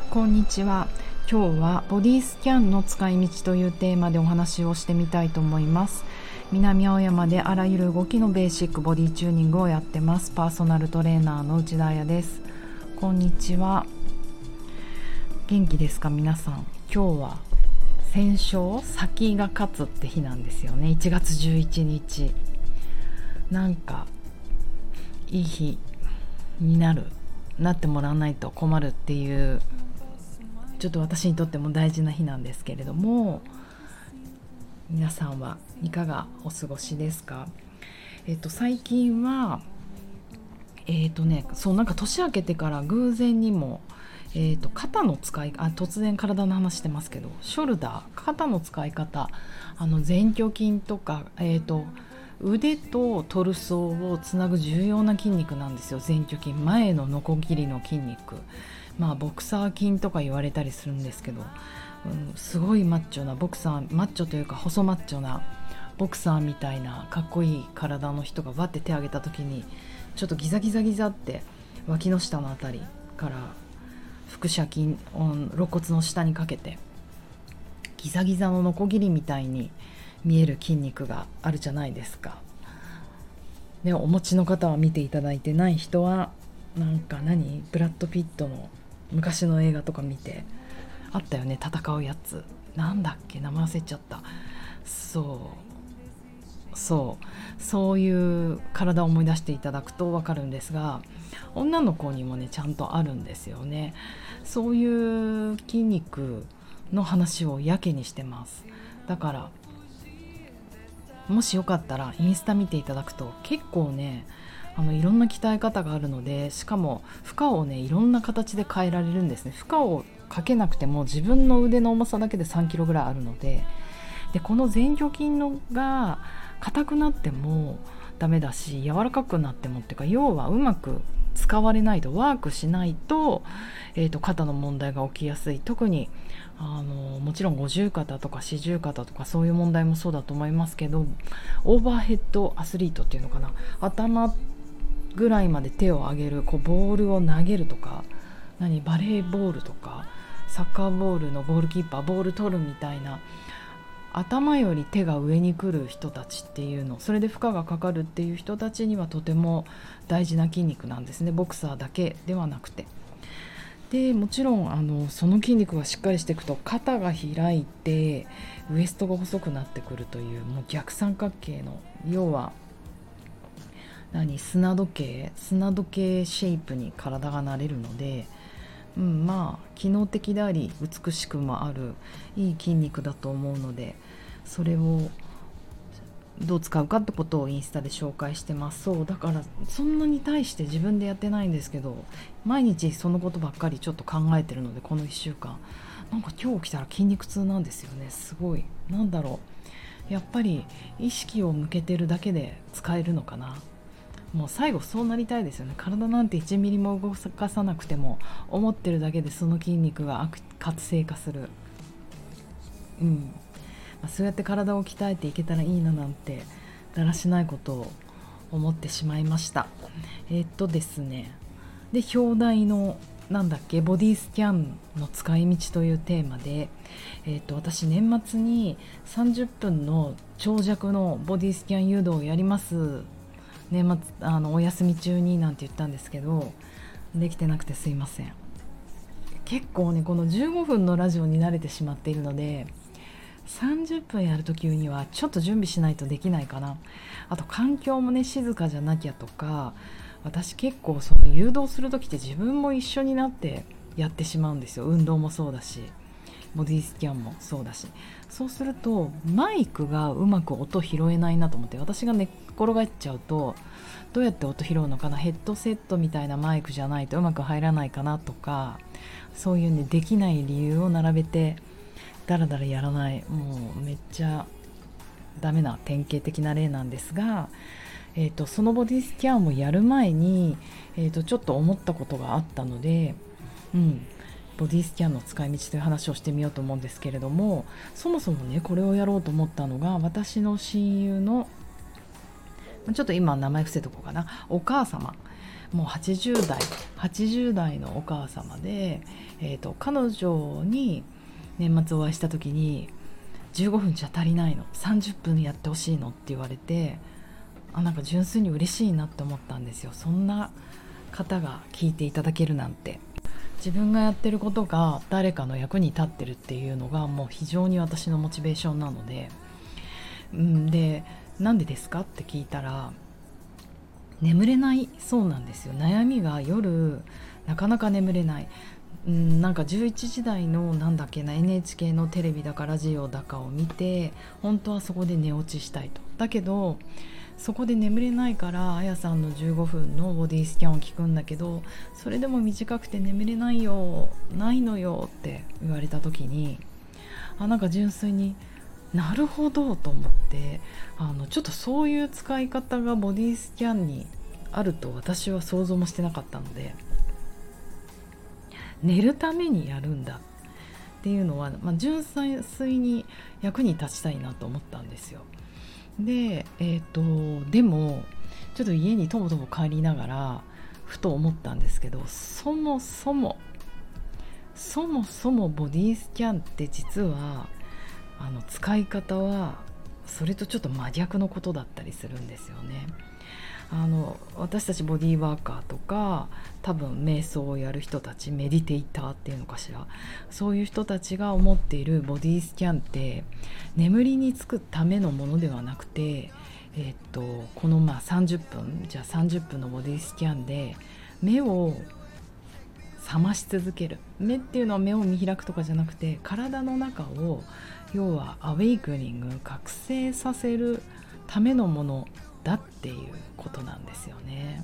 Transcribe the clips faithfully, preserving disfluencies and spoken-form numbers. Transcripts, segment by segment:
こんにちは。今日はボディスキャンの使い道というテーマでお話をしてみたいと思います。南青山であらゆる動きのベーシックボディチューニングをやってます。パーソナルトレーナーの内田彩です。こんにちは。元気ですか皆さん。今日は戦勝先が勝つって日なんですよね。いちがつじゅういちにち、なんかいい日になるなってもらわないと困るっていう、ちょっと私にとっても大事な日なんですけれども、皆さんはいかがお過ごしですか？えっと最近はえっとねそうなんか年明けてから偶然にもえっと肩の使いあ突然体の話してますけど、ショルダー肩の使い方、あの前鋸筋とかえっと腕とトルソーをつなぐ重要な筋肉なんですよ。前鋸筋、前のノコギリの筋肉、まあボクサー筋とか言われたりするんですけど、うん、すごいマッチョなボクサーマッチョというか細マッチョなボクサーみたいなかっこいい体の人がバッて手を挙げた時に、ちょっとギザギザギザって脇の下のあたりから腹斜筋、肋骨の下にかけてギザギザのノコギリみたいに見える筋肉があるじゃないですか。でお持ちの方は見ていただいてない人はなんか何ブラッド・ピットの昔の映画とか見てあったよね、戦うやつなんだっけ、名前忘れちゃった。そうそうそういう体を思い出していただくと分かるんですが、女の子にもねちゃんとあるんですよね。そういう筋肉の話をやけにしてます。だからもしよかったらインスタ見ていただくと結構ね、あのいろんな鍛え方があるので、しかも負荷をねいろんな形で変えられるんですね。負荷をかけなくても自分の腕の重さだけでさんキロぐらいあるので、でこの前鋸筋のが硬くなってもダメだし、柔らかくなってもっていうか、要はうまく使われないと、ワークしないと、えーと肩の問題が起きやすい。特にあのもちろん五十肩とか四十肩とかそういう問題もそうだと思いますけど、オーバーヘッドアスリートっていうのかな、頭ぐらいまで手を上げる、こうボールを投げるとか、何バレーボールとかサッカーボールのゴールキーパーボール取るみたいな、頭より手が上に来る人たちっていうの、それで負荷がかかるっていう人たちにはとても大事な筋肉なんですね。ボクサーだけではなくて。でもちろんあのその筋肉がしっかりしていくと肩が開いてウエストが細くなってくるという、もう逆三角形の、要は何砂時計砂時計シェイプに体がなれるので、うん、まあ機能的であり美しくもあるいい筋肉だと思うので、それをどう使うかってことをインスタで紹介してます。そうだからそんなに対して自分でやってないんですけど、毎日そのことばっかりちょっと考えてるので、このいっしゅうかんなんか今日起きたら筋肉痛なんですよね。すごい、なんだろう、やっぱり意識を向けてるだけで使えるのかな。もう最後そうなりたいですよね。体なんていちミリも動かさなくても、思ってるだけでその筋肉が活性化する。うん、まあ、そうやって体を鍛えていけたらいいななんてだらしないことを思ってしまいました。えー、っとですねで表題のなんだっけボディスキャンの使い道というテーマで、えー、っと私年末にさんじゅっぷんの長尺のボディスキャン誘導をやります、年末あのお休み中になんて言ったんですけど、できてなくてすいません。結構ねこのじゅうごふんのラジオに慣れてしまっているので、さんじゅっぷんやるときにはちょっと準備しないとできないかな。あと環境もね静かじゃなきゃとか、私結構その誘導するときって自分も一緒になってやってしまうんですよ。運動もそうだしボディスキャンもそうだし、そうするとマイクがうまく音拾えないなと思って、私が寝っ転がっちゃうとどうやって音拾うのかな、ヘッドセットみたいなマイクじゃないとうまく入らないかなとか、そういうねできない理由を並べてだらだらやらない、もうめっちゃダメな典型的な例なんですが、えーと、そのボディスキャンをやる前に、えーと、ちょっと思ったことがあったので、うん、ボディスキャンの使い道という話をしてみようと思うんですけれども、そもそもねこれをやろうと思ったのが、私の親友のちょっと今名前伏せとこうかな、お母様もうはちじゅう代はちじゅう代のお母様で、えーと、彼女に年末お会いした時にじゅうごふんじゃ足りないの、さんじゅっぷんやってほしいのって言われて、あ、なんか純粋に嬉しいなって思ったんですよ。そんな方が聞いていただけるなんて。自分がやってることが誰かの役に立ってるっていうのがもう非常に私のモチベーションなので、うんでなんでですかって聞いたら、眠れないそうなんですよ。悩みが夜なかなか眠れない、うん、なんかじゅういちじ台のなんだっけな エヌエイチケー のテレビだかラジオだかを見て、本当はそこで寝落ちしたいと。だけどそこで眠れないからあやさんのじゅうごふんのボディスキャンを聞くんだけど、それでも短くて眠れないよないのよって言われた時に、あ、なんか純粋になるほどと思って、あのちょっとそういう使い方がボディスキャンにあると私は想像もしてなかったので、寝るためにやるんだっていうのは、まあ、純粋に役に立ちたいなと思ったんですよ。で、えーと、でもちょっと家にとぼとぼ帰りながらふと思ったんですけど、そもそもそもそもボディスキャンって実はあの使い方はそれとちょっと真逆のことだったりするんですよね。あの私たちボディーワーカーとか、多分瞑想をやる人たち、メディテイターっていうのかしら、そういう人たちが思っているボディスキャンって眠りにつくためのものではなくて、えー、っとこのまあさんじゅっぷんじゃあさんじゅっぷんのボディスキャンで目を覚まし続ける。目っていうのは目を見開くとかじゃなくて、体の中を要はアウェイクニング、覚醒させるためのものだっていうことなんですよね。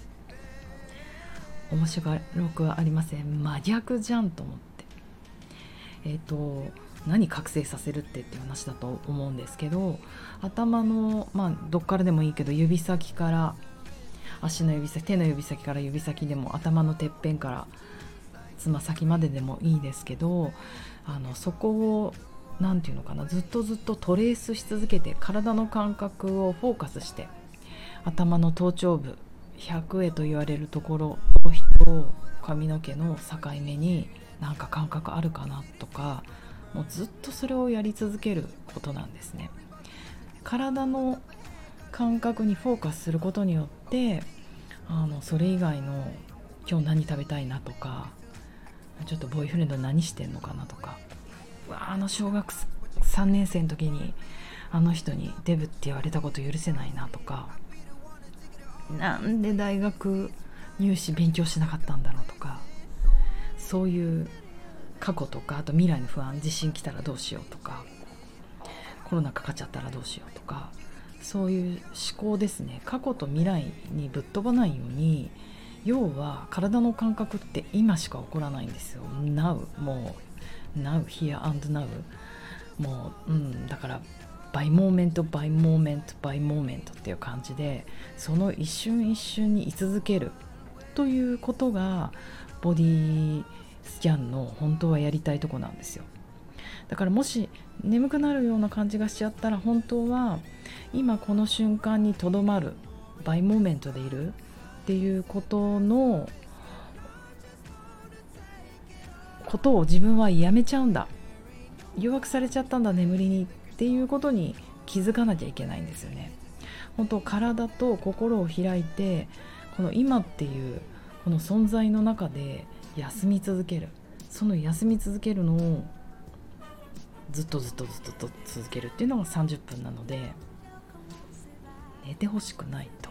面白くはありません？真逆じゃんと思って、えっと何覚醒させるってっていう話だと思うんですけど、頭のまあどっからでもいいけど、指先から足の指先、手の指先から指先でも、頭のてっぺんからつま先まででもいいですけど、あのそこをなんていうのかな、ずっとずっとトレースし続けて、体の感覚をフォーカスして、頭の頭頂部ひゃくえと言われるところ、頭皮と髪の毛の境目になんか感覚あるかなとか、もうずっとそれをやり続けることなんですね。体の感覚にフォーカスすることによって、あのそれ以外の今日何食べたいなとか、ちょっとボーイフレンド何してんのかなとか、あの小学さんねん生の時にあの人にデブって言われたこと許せないなとか、なんで大学入試勉強しなかったんだろうとか、そういう過去とか、あと未来の不安、地震来たらどうしようとか、コロナかかっちゃったらどうしようとか、そういう思考ですね。過去と未来にぶっ飛ばないように、要は体の感覚って今しか起こらないんですよ。 Now、 もう Now here and now、 もう、うん、だからバイモーメントバイモーメントバイモーメントっていう感じで、その一瞬一瞬に居続けるということがボディスキャンの本当はやりたいとこなんですよ。だからもし眠くなるような感じがしちゃったら、本当は今この瞬間にとどまる、バイモーメントでいるっていうことのことを自分はやめちゃうんだ、誘惑されちゃったんだ眠りにっていうことに気づかなきゃいけないんですよね。本当体と心を開いて、この今っていうこの存在の中で休み続ける、その休み続けるのをずっとずっとずっと続けるっていうのがさんじゅっぷんなので、寝てほしくないと。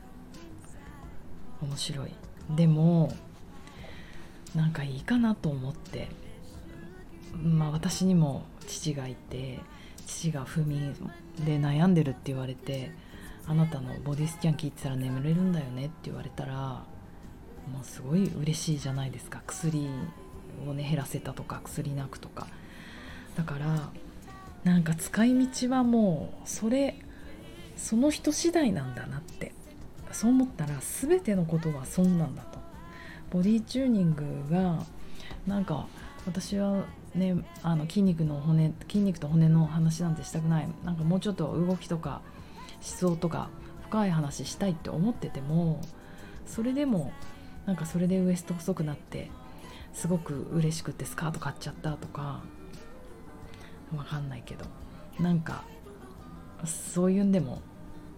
面白い。でもなんかいいかなと思って、まあ私にも父がいて、父が不眠で悩んでるって言われて、あなたのボディスキャン聞いてたら眠れるんだよねって言われたら、もうすごい嬉しいじゃないですか。薬をね減らせたとか、薬なくとか。だからなんか使い道はもうそれその人次第なんだなって、そう思ったら全てのことは損なんだと。ボディチューニングがなんか私はね、あの筋肉の骨筋肉と骨の話なんてしたくない、なんかもうちょっと動きとか思想とか深い話したいって思ってても、 それでもなんかそれでウエスト細くなってすごく嬉しくてスカート買っちゃったとかわかんないけど、なんかそういうんでも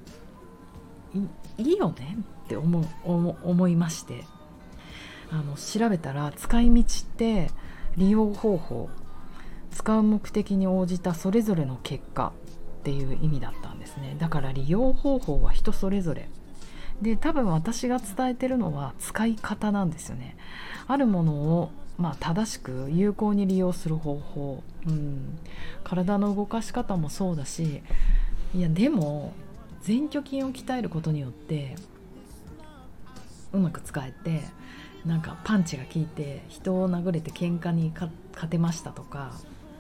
い, いいよねって思う思思いまして、あの調べたら使い道って利用方法、使う目的に応じたそれぞれの結果っていう意味だったんですね。だから利用方法は人それぞれで、多分私が伝えてるのは使い方なんですよね。あるものをまあ正しく有効に利用する方法、うん、体の動かし方もそうだし、いやでも前鋸筋を鍛えることによってうまく使えて、なんかパンチが効いて人を殴れて喧嘩に勝てましたとか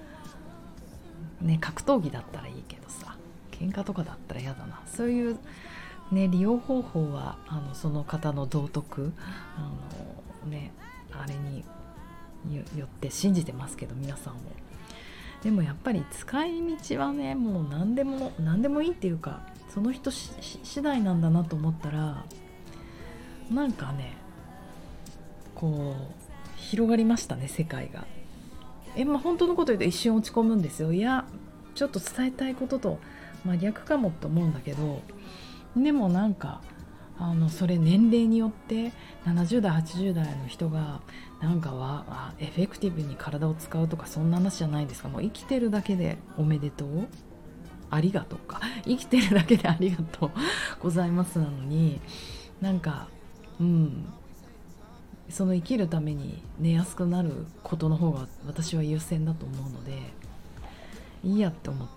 ね、格闘技だったらいいけどさ、喧嘩とかだったら嫌だな。そういうね、利用方法はあのその方の道徳、あのね、あれによって信じてますけど、皆さんを。でもやっぱり使い道はね、もう何でも何でもいいっていうか、その人し次第なんだなと思ったら、なんかね、こう広がりましたね、世界が。え、まあ、本当のこと言うと一瞬落ち込むんですよ。いやちょっと伝えたいことと真逆かもと思うんだけど、でもなんかあのそれ年齢によってななじゅう代はちじゅう代の人がなんかはあエフェクティブに体を使うとか、そんな話じゃないですか。もう生きてるだけでおめでとう、ありがとうか、生きてるだけでありがとうございますなのに、なんかうんその生きるために寝やすくなることの方が私は優先だと思うので、いいやって思って、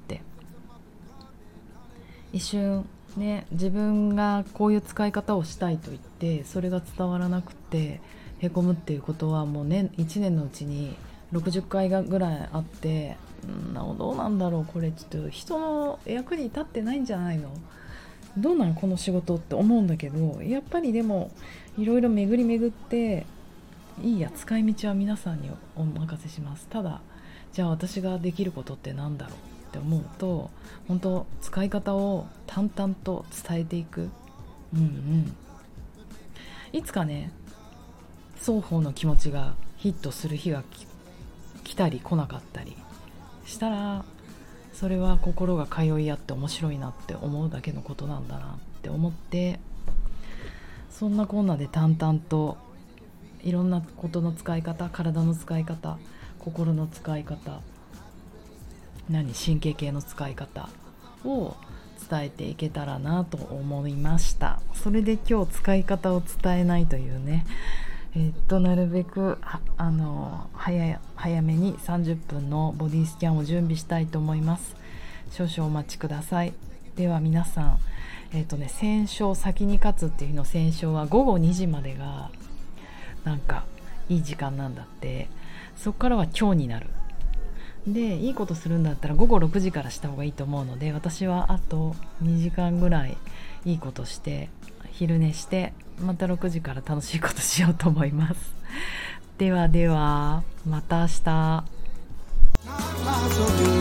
一瞬ね、自分がこういう使い方をしたいと言ってそれが伝わらなくてへこむっていうことはもうね、いちねんのうちにろくじゅっかいぐらいあって、んなどうなんだろう、これちょっと人の役に立ってないんじゃないの、どうなんこの仕事って思うんだけど、やっぱりでもいろいろ巡り巡って、いいや、使い道は皆さんにお任せします。ただじゃあ私ができることってなんだろうって思うと、本当使い方を淡々と伝えていく、うんうん、いつかね、双方の気持ちがヒットする日が来たり来なかったりしたら、それは心が通い合って面白いなって思うだけのことなんだなって思って、そんなこんなで淡々といろんなことの使い方、体の使い方、心の使い方、何神経系の使い方を伝えていけたらなと思いました。それで今日使い方を伝えないというね、えー、っとなるべくあの 早, 早めにさんじゅっぷんのボディスキャンを準備したいと思います。少々お待ちください。では皆さん、えー、っとね戦勝先に勝つっていう日の戦勝はごごにじまでがなんかいい時間なんだって。そこからは今日になる。でいいことするんだったらごごろくじからした方がいいと思うので、私はあとにじかんぐらいいいことして昼寝して、またろくじから楽しいことしようと思います。ではではまた明日。